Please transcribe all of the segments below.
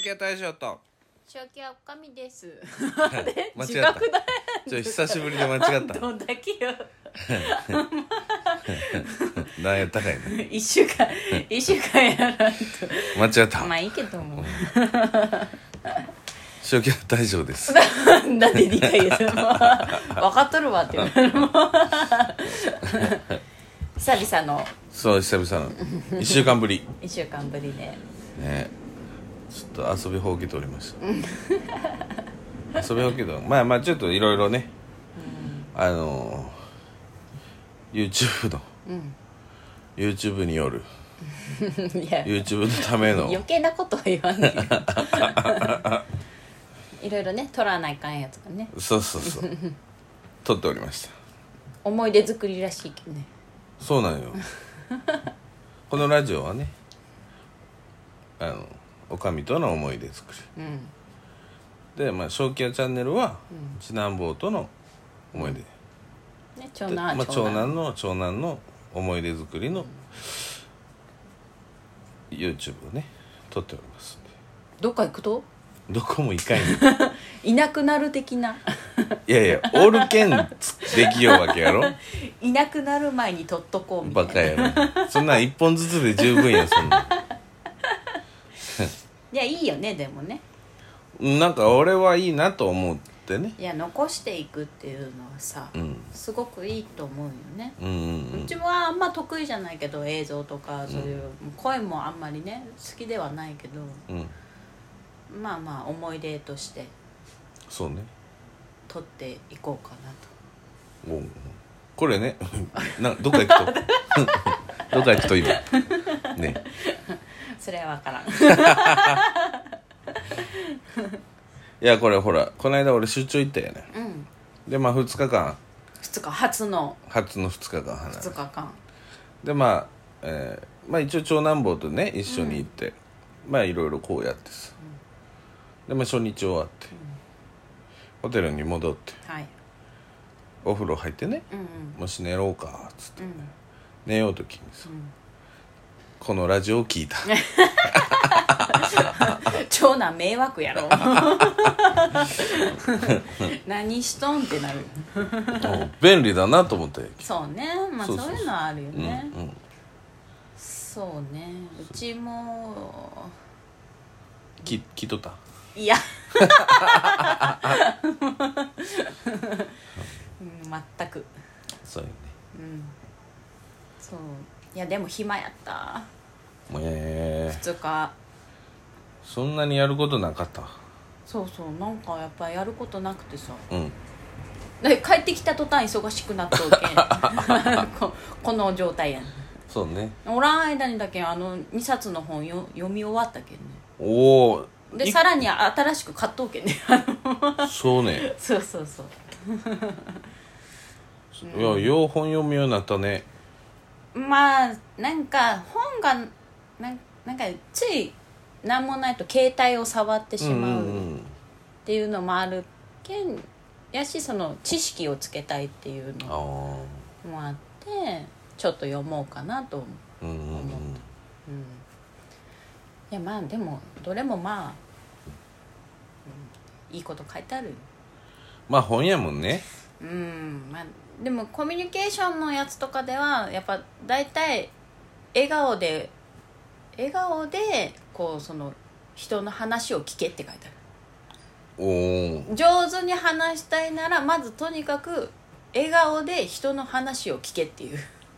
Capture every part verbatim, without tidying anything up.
正気屋大将と正気はおかみです間違った自覚だよちょ久しぶりで間違ったどんだけよ何やったかいね一週間一週間やらんと間違ったまあいいけども正気屋大将ですだって理解です分かっとるわって言われるもん久々のそう久々のいっしゅうかんぶり一週間ぶりでねちょっと遊びほうけておりました遊びほうけとまあまあちょっといろいろね、うん、あの YouTube の、うん、YouTube によるいや YouTube のための余計なことは言わないいろいろね撮らないかんやつがねそうそうそう撮っておりました思い出作りらしいけどねそうなんよこのラジオはねあのおかみとの思い出作り、うん、でまあ正気屋チャンネルは、うん、次男坊との思い出、 ね、長男、 まあ、長男の長男の思い出作りの、うん、YouTube をね撮っておりますんでどっか行くとどこも行かんよいなくなる的ないやいやおるけんできようわけやろいなくなる前に撮っとこうみたいなバカやろそんなん一本ずつで十分やそんないやいいよねでもねなんか俺はいいなと思ってねいや残していくっていうのはさ、うん、すごくいいと思うよね、うんうんうん、うちはあんま得意じゃないけど映像とかそういう、うん、声もあんまりね好きではないけど、うん、まあまあ思い出としてそうね撮っていこうかなとおこれねなどっか行くとどっか行くと今ねそれは分からんいやこれほらこの間俺出張行ったよね、うん、でまあふつかかんふつか初の初のふつかかんふつかかんでまあ、えー、まあ一応長男坊とね一緒に行って、うん、まあいろいろこうやってさ、うん、でまあ初日終わって、うん、ホテルに戻って、はい、お風呂入ってね、うんうん、もし寝ろうかっつって、うん、寝ようときにさ、うん、このラジオを聞いた長男迷惑やろ何しとんってなる便利だなと思ってそうねまあそういうのはあるよね、うんうん、そうねうちもき聞いとったいや全くそうよねうんそういやでも暇やったえー、 ふつかそんなにやることなかったそうそうなんかやっぱやることなくてさ、うん、で帰ってきた途端忙しくなっとるけんこ, この状態やねそうねおらん間にだけあのにさつの本よ読み終わったけんねおおでさらに新しく買っとうけんねそうねそうそうそういやよう本読むようになったねまあなんか本がなんなんかつい何もないと携帯を触ってしまうっていうのもあるけんやしその知識をつけたいっていうのもあってちょっと読もうかなと思った、うんうんうんうん、いやまあでもどれもまあ、うん、いいこと書いてあるまあ本やもんねうんまあでもコミュニケーションのやつとかではやっぱ大体笑顔で笑顔でこうその人の話を聞けって書いてあるお上手に話したいならまずとにかく笑顔で人の話を聞けっていう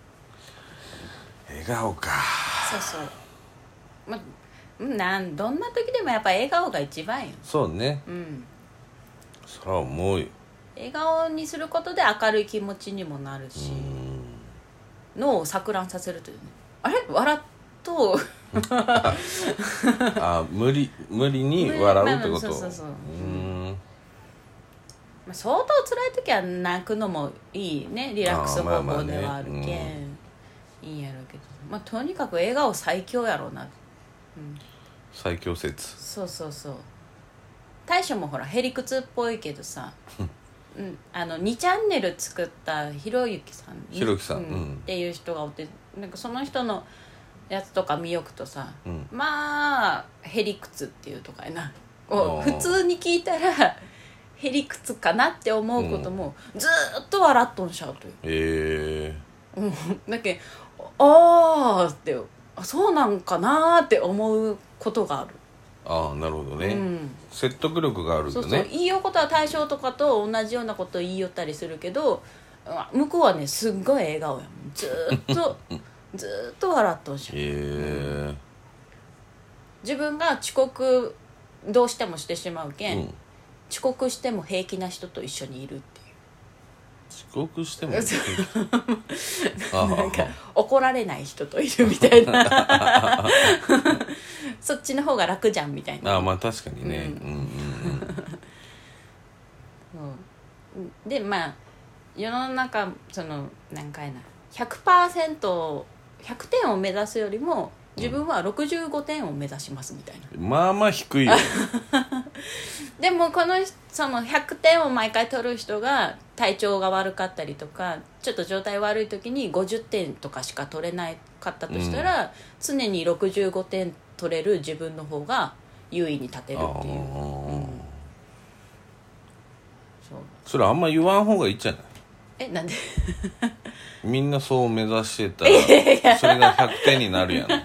笑顔かそうそう、ま、なんどんな時でもやっぱ笑顔が一番よそうねうんそれは思うよ笑顔にすることで明るい気持ちにもなるし脳を錯乱させるというねあれ笑っとああ無理無理に笑うってこと、 そうそうそう、うんまあ、相当辛い時は泣くのもいいねリラックス方法ではあるけん、まあまあねうん、いいんやろうけど、まあ、とにかく笑顔最強やろうな、うん、 最強説そうそうそう大将もほらへりくつっぽいけどさうん、あのにチャンネル作ったひろゆきさんひろゆきさん、 うん、っていう人がおってなんかその人のやつとか見よくとさ、 うん、 まあへりくつっていうとかやな、普通に聞いたらへりくつかなって思うことも、うん、ずーっと笑っとんしゃうという。 へえー、 うん、だけあーってそうなんかなーって思うことがある。 ああなるほどね、うん、説得力があるんだね。 そうそう、言いようことは対象とかと同じようなことを言いよったりするけど、向こうはねすっごい笑顔やもん、ずーっとずーっと笑っとんしゃう。へえ。 自分が遅刻どうしてもしてしまうけん、うん、遅刻しても平気な人と一緒にいるっていう。 遅刻しても平気なんか怒られない人といるみたいなそっちの方が楽じゃんみたいな。 ああまあ確かにね、うん、うんうんうんでまあ世の中その何回な ひゃくパーセントひゃくてんを目指すよりも自分はろくじゅうごてんを目指しますみたいな、 うん、まあまあ低いよでもこのそのひゃくてんを毎回取る人が体調が悪かったりとかちょっと状態悪い時にごじゅってんとかしか取れないかったとしたら、うん、常にろくじゅうごてん取れる自分の方が優位に立てるっていう、うん、 そうそれあんま言わん方がいいじゃない。 えなんでみんなそう目指してたらそれがひゃくてんになるやん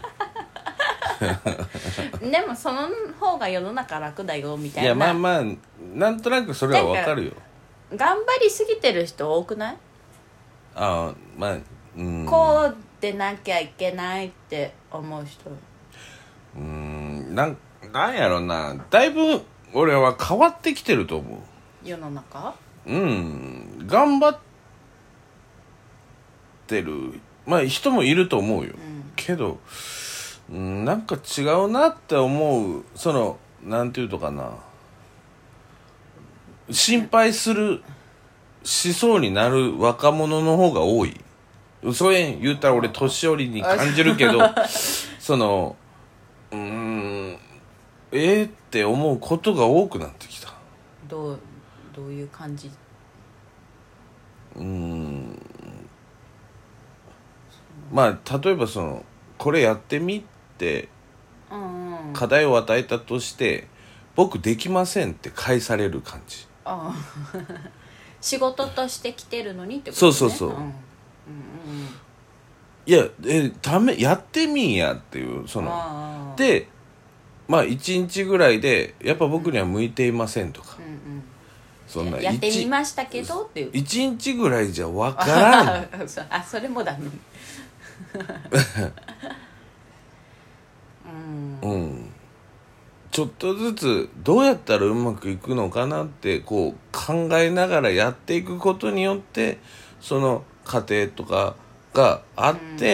でもその方が世の中楽だよみたいな。 いやまあまあなんとなくそれはわかるよ。 頑張りすぎてる人多くない？ ああまあうんこうでなきゃいけないって思う人。 うーんなんなんやろな、だいぶ俺は変わってきてると思う。 世の中？ うん頑張ってるまあ人もいると思うよ、うん、けどうんなんか違うなって思う。そのなんていうのかな、心配するしそうになる若者の方が多い。そういう言ったら俺年寄りに感じるけどそのうーんえー、って思うことが多くなってきた。 どうどういう感じ？ うーんまあ例えばそのこれやってみって課題を与えたとして僕できませんって返される感じ。 ああ仕事として来てるのにってことね。 そうそうそう、うんうんうん、いやえためやってみんやっていうそのでまあいちにちぐらいでやっぱ僕には向いていませんとか、うんうん、 そんなやってみましたけどっていういちにちぐらいじゃ分からんあそれもダメうん、うん、ちょっとずつどうやったらうまくいくのかなってこう考えながらやっていくことによってその過程とかがあって、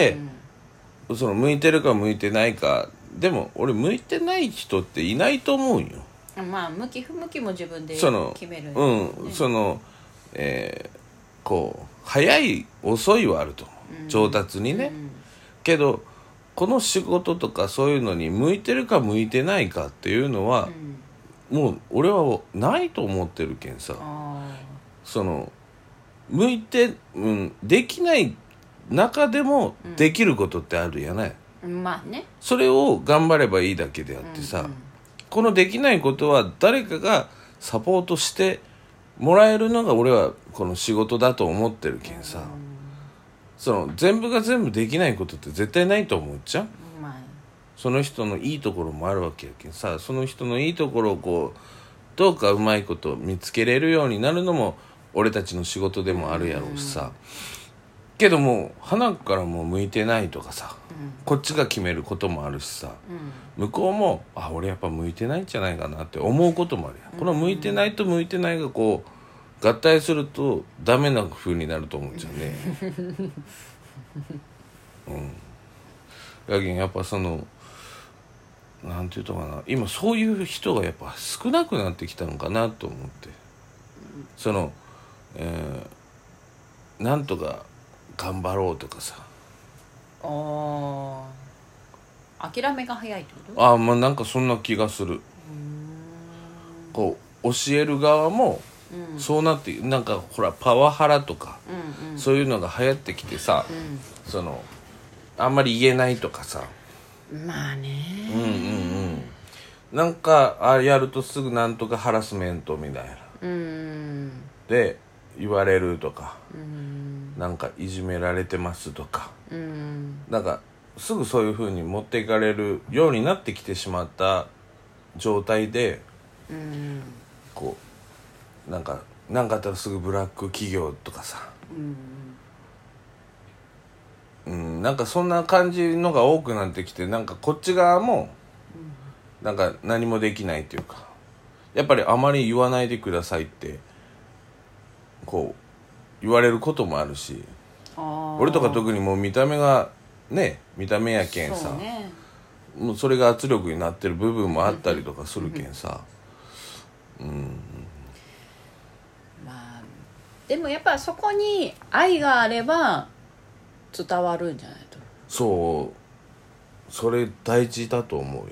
うんうん、その向いてるか向いてないか。でも俺向いてない人っていないと思うよ。 まあ向き不向きも自分で決めるんですね、うんその、えー、こう早い遅いはあると思う、うん、上達にね、うん、けどこの仕事とかそういうのに向いてるか向いてないかっていうのは、うん、もう俺はないと思ってるけんさ。その向いて、うん、できない中でもできることってあるやない、 うん、まあねそれを頑張ればいいだけであってさ、うんうん、このできないことは誰かがサポートしてもらえるのが俺はこの仕事だと思ってるけんさ、うん、その全部が全部できないことって絶対ないと思っちゃう、まあ、その人のいいところもあるわけやけんさ、その人のいいところをこうどうかうまいこと見つけれるようになるのも俺たちの仕事でもあるやろうしさ、うん、けども鼻からもう向いてないとかさ、うん、こっちが決めることもあるしさ、うん、向こうもあ俺やっぱ向いてないんじゃないかなって思うこともあるやん、うん、この向いてないと向いてないがこう合体するとダメな風になると思うんじゃんねうんやけんやっぱそのなんていうのかな、今そういう人がやっぱ少なくなってきたのかなと思って、その、えー、なんとか頑張ろうとかさ、 あ諦めが早いってこと？ ああまあなんかそんな気がする。うーんこう教える側もそうなって、うん、なんかほらパワハラとか、うんうん、そういうのが流行ってきてさ、うん、そのあんまり言えないとかさ、 まあね、 うんうんうん、なんかあやるとすぐなんとかハラスメントみたいな、 うん、 で言われるとか、 うん、 なんかいじめられてますとか、 うん、 なんかすぐそういう風に持っていかれるようになってきてしまった状態で、 うん、 こうなんかなんかあったらすぐブラック企業とかさ、うん、うん、なんかそんな感じのが多くなってきて、なんかこっち側もなんか何もできないっていうか、やっぱりあまり言わないでくださいってこう言われることもあるし、俺とか特にもう見た目がね、見た目やけんさ、 そうね、 もうそれが圧力になってる部分もあったりとかするけんさ、うん、 まあでもやっぱそこに愛があれば伝わるんじゃないと。 そうそれ大事だと思う。やっぱ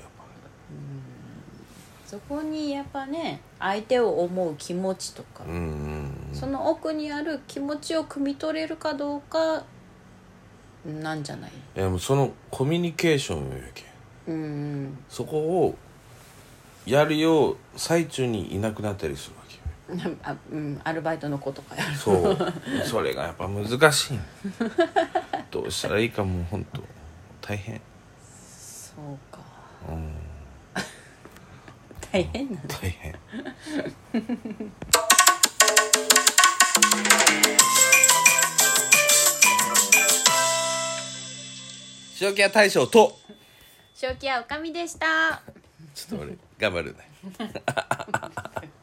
そこにやっぱね、相手を思う気持ちとか、 うんうん、 その奥にある気持ちを汲み取れるかどうかなんじゃない。 いやもうそのコミュニケーションやけん、うん、そこをやるよう最中にいなくなったりするわけあ、うん、アルバイトの子とかやる。 そうそれがやっぱ難しいどうしたらいいかもう本当大変。 そうか、 うん、 大変なの。 大変正気屋大将と正気屋おかみでした。 ちょっと俺頑張るね